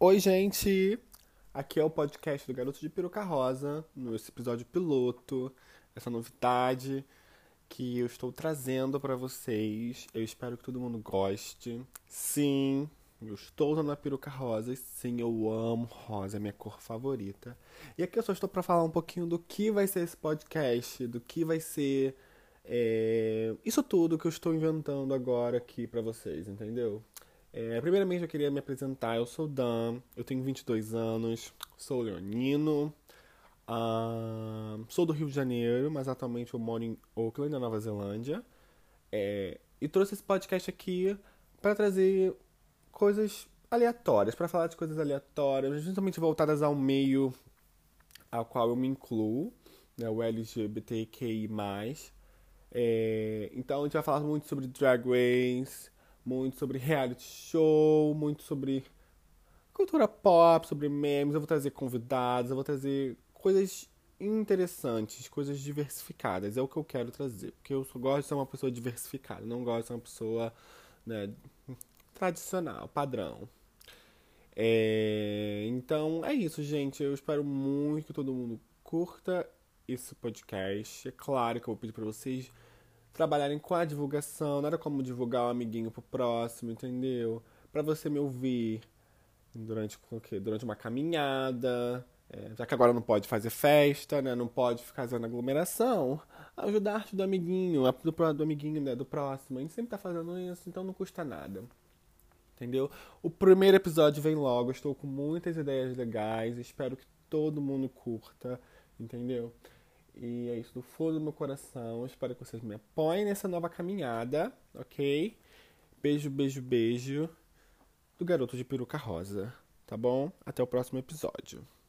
Oi, gente! Aqui é o podcast do Garoto de Peruca Rosa, nesse episódio piloto, essa novidade que eu estou trazendo pra vocês. Eu espero que todo mundo goste. Sim, eu estou usando a peruca rosa e sim, eu amo rosa, é minha cor favorita. E aqui eu só estou pra falar um pouquinho do que vai ser esse podcast, do que vai ser isso tudo que eu estou inventando agora aqui pra vocês, entendeu? Primeiramente eu queria me apresentar, eu sou o Dan, eu tenho 22 anos, sou leonino, sou do Rio de Janeiro, mas atualmente eu moro em Auckland, na Nova Zelândia. E trouxe esse podcast aqui para trazer coisas aleatórias, para falar de coisas aleatórias, justamente voltadas ao meio ao qual eu me incluo, né, o LGBTQI+. Então a gente vai falar muito sobre Drag Race, muito sobre reality show, muito sobre cultura pop, sobre memes. Eu vou trazer convidados, eu vou trazer coisas interessantes, coisas diversificadas. É o que eu quero trazer. Porque eu só gosto de ser uma pessoa diversificada, não gosto de ser uma pessoa, né, tradicional, padrão. Então é isso, gente. Eu espero muito que todo mundo curta esse podcast. É claro que eu vou pedir pra vocês trabalharem com a divulgação. Nada como divulgar um amiguinho pro próximo, entendeu? Pra você me ouvir durante o quê? Durante uma caminhada. Já que agora não pode fazer festa, né? Não pode ficar fazendo aglomeração. Ajudar a arte do amiguinho, do amiguinho, né? Do próximo. A gente sempre tá fazendo isso, então não custa nada. Entendeu? O primeiro episódio vem logo. Estou com muitas ideias legais. Espero que todo mundo curta. Entendeu? E é isso do fundo do meu coração. Espero que vocês me apoiem nessa nova caminhada, ok? Beijo, beijo, beijo do Garoto de Peruca Rosa. Tá bom? Até o próximo episódio.